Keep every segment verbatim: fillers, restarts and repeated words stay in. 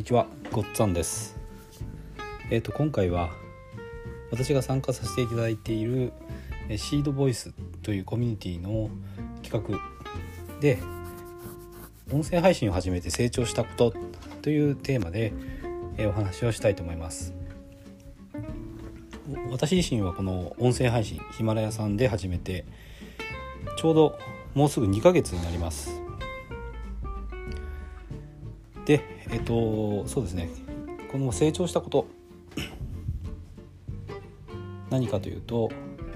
にちは、ごっつぁんです。えーと今回は私が参加させていただいているシードボイスというコミュニティの企画で音声配信を始めて成長したことというテーマでお話をしたいと思います。私自身はこの音声配信ヒマラヤさんで始めてちょうどもうすぐにかげつになります。で、えっとそうですねこの成長したこと何かというと、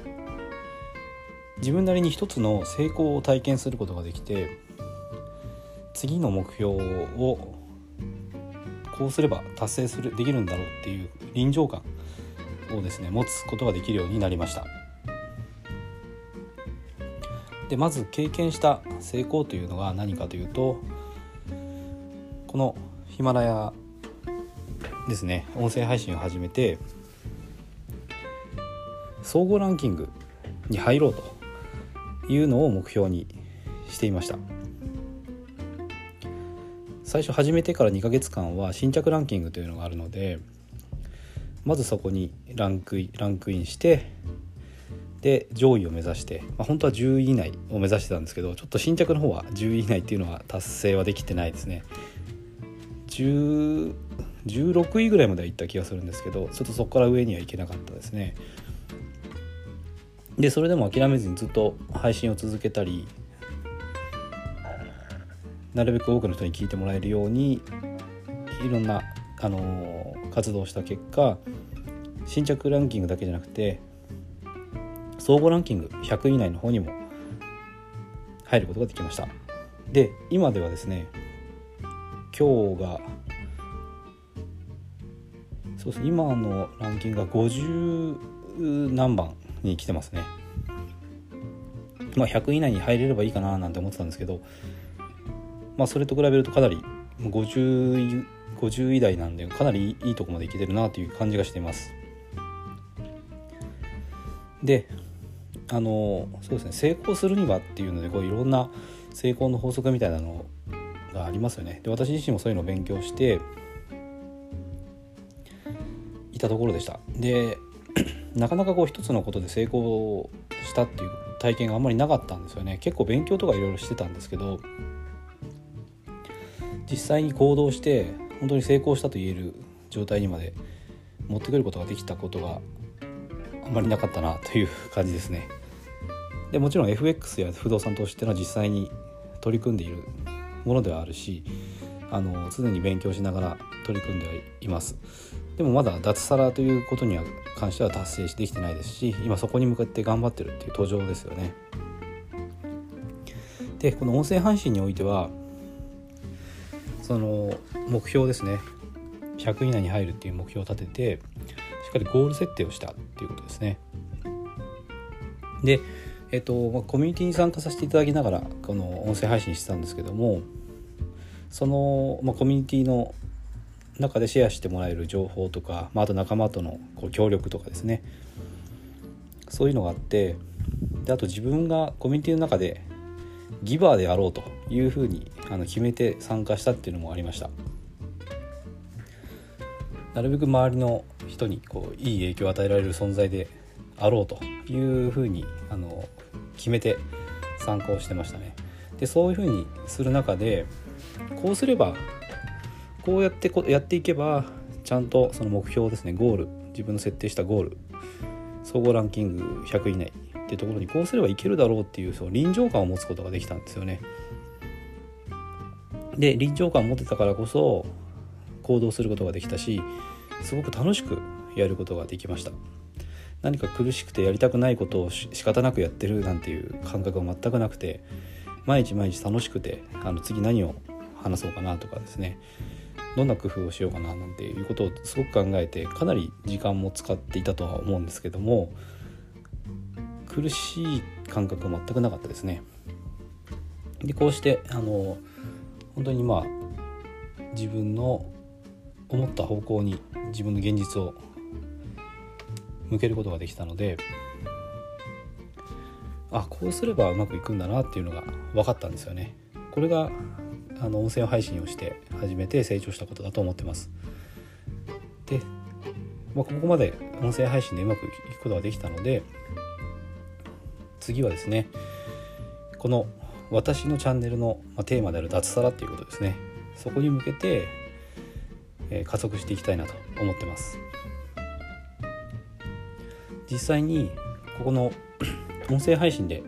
自分なりに一つの成功を体験することができて、次の目標をこうすれば達成するできるんだろうっていう臨場感をですね持つことができるようになりました。でまず経験した成功というのが何かというと、このヒマラヤですね音声配信を始めて総合ランキングに入ろうというのを目標にしていました。最初始めてからにかげつかんは新着ランキングというのがあるので、まずそこにランクイン、ランクインしてで上位を目指して、まあ、本当はじゅうい以内を目指してたんですけど、ちょっと新着の方はじゅうい以内っていうのは達成はできてないですね。じゅう、じゅうろくいぐらいまでは行った気がするんですけど、ちょっとそこから上には行けなかったですね。でそれでも諦めずにずっと配信を続けたり、なるべく多くの人に聞いてもらえるようにいろんな、あのー、活動をした結果、新着ランキングだけじゃなくて総合ランキングひゃくい以内の方にも入ることができました。で今ではですね、今日がそうですね今のランキングがごじゅう何番に来てますね。まあひゃくい以内に入れればいいかななんて思ってたんですけど、まあそれと比べるとかなりごじゅう、ごじゅう以台なんでかなりいいとこまでいけてるなという感じがしています。であのそうですね成功するにはっていうのでこういろんな成功の法則みたいなのがありますよね。で私自身もそういうのを勉強していたところでした。でなかなかこう一つのことで成功したっていう体験があんまりなかったんですよね。結構勉強とかいろいろしてたんですけど、実際に行動して本当に成功したと言える状態にまで持ってくることができたことがあんまりなかったなという感じですね。でもちろん エフエックス や不動産投資っていうのは実際に取り組んでいるものではあるし、あの常に勉強しながら取り組んではいます。でもまだ脱サラということには関しては達成できてないですし、今そこに向かって頑張ってるっていう途上ですよね。でこの音声配信においてはその目標ですね、ひゃくい以内に入るっていう目標を立ててしっかりゴール設定をしたっていうことですね。で、えっとまあ、コミュニティに参加させていただきながらこの音声配信してたんですけども、その、まあ、コミュニティの中でシェアしてもらえる情報とか、まあ、あと仲間とのこう協力とかですね、そういうのがあって、であと自分がコミュニティの中でギバーであろうというふうにあの決めて参加したっていうのもありました。なるべく周りの人にこういい影響を与えられる存在であろうというふうにあの決めて参加をしてましたね。でそういうふうにする中で、こうすればこうやってこやっていけばちゃんとその目標ですね、ゴール、自分の設定したゴール、総合ランキングひゃく以内っていうところにこうすればいけるだろうっていうその臨場感を持つことができたんですよね。で臨場感を持ってたからこそ行動することができたし、すごく楽しくやることができました。何か苦しくてやりたくないことを仕方なくやってるなんていう感覚は全くなくて、毎日毎日楽しくて、あの次何を話そうかなとかですね、どんな工夫をしようかななんていうことをすごく考えて、かなり時間も使っていたとは思うんですけども、苦しい感覚は全くなかったですね。でこうしてあの本当にまあ自分の思った方向に自分の現実を向けることができたので、あこうすればうまくいくんだなっていうのが分かったんですよね。これがあの音声配信をして初めて成長したことだと思ってます。で、まあ、ここまで音声配信でうまくいくことができたので、次はですね、この私のチャンネルのテーマである脱サラっていうことですね、そこに向けて、えー、加速していきたいなと思ってます。実際にここの音声配信で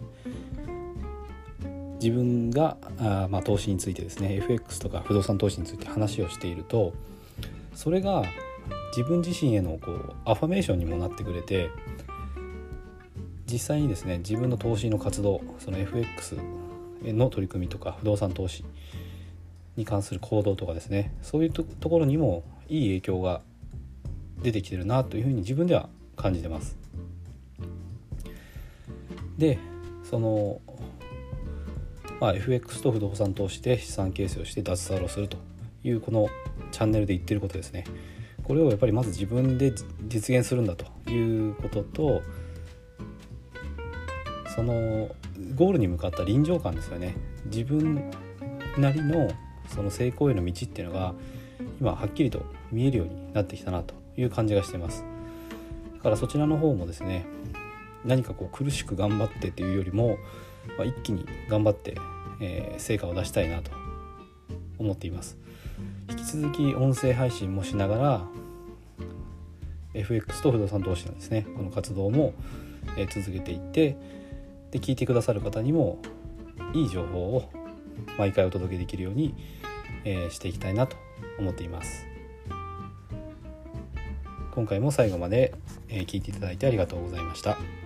自分があ、まあ、投資についてですね エフエックス とか不動産投資について話をしていると、それが自分自身へのこうアファメーションにもなってくれて、実際にですね自分の投資の活動、その エフエックス の取り組みとか不動産投資に関する行動とかですね、そういう と, ところにもいい影響が出てきてるなというふうに自分では感じてます。で、その、まあ、エフエックス と不動産投資で資産形成をして脱サラをするというこのチャンネルで言ってることですね、これをやっぱりまず自分で実現するんだということと、そのゴールに向かった臨場感ですよね。自分なりのその成功への道っていうのが今はっきりと見えるようになってきたなという感じがしています。だからそちらの方もですね、何かこう苦しく頑張ってというよりも、まあ、一気に頑張って、えー、成果を出したいなと思っています。引き続き音声配信もしながら エフエックス と不動産投資のですねこの活動も、えー、続けていって、で聞いてくださる方にもいい情報を毎回お届けできるように、えー、していきたいなと思っています。今回も最後まで、えー、聞いていただいてありがとうございました。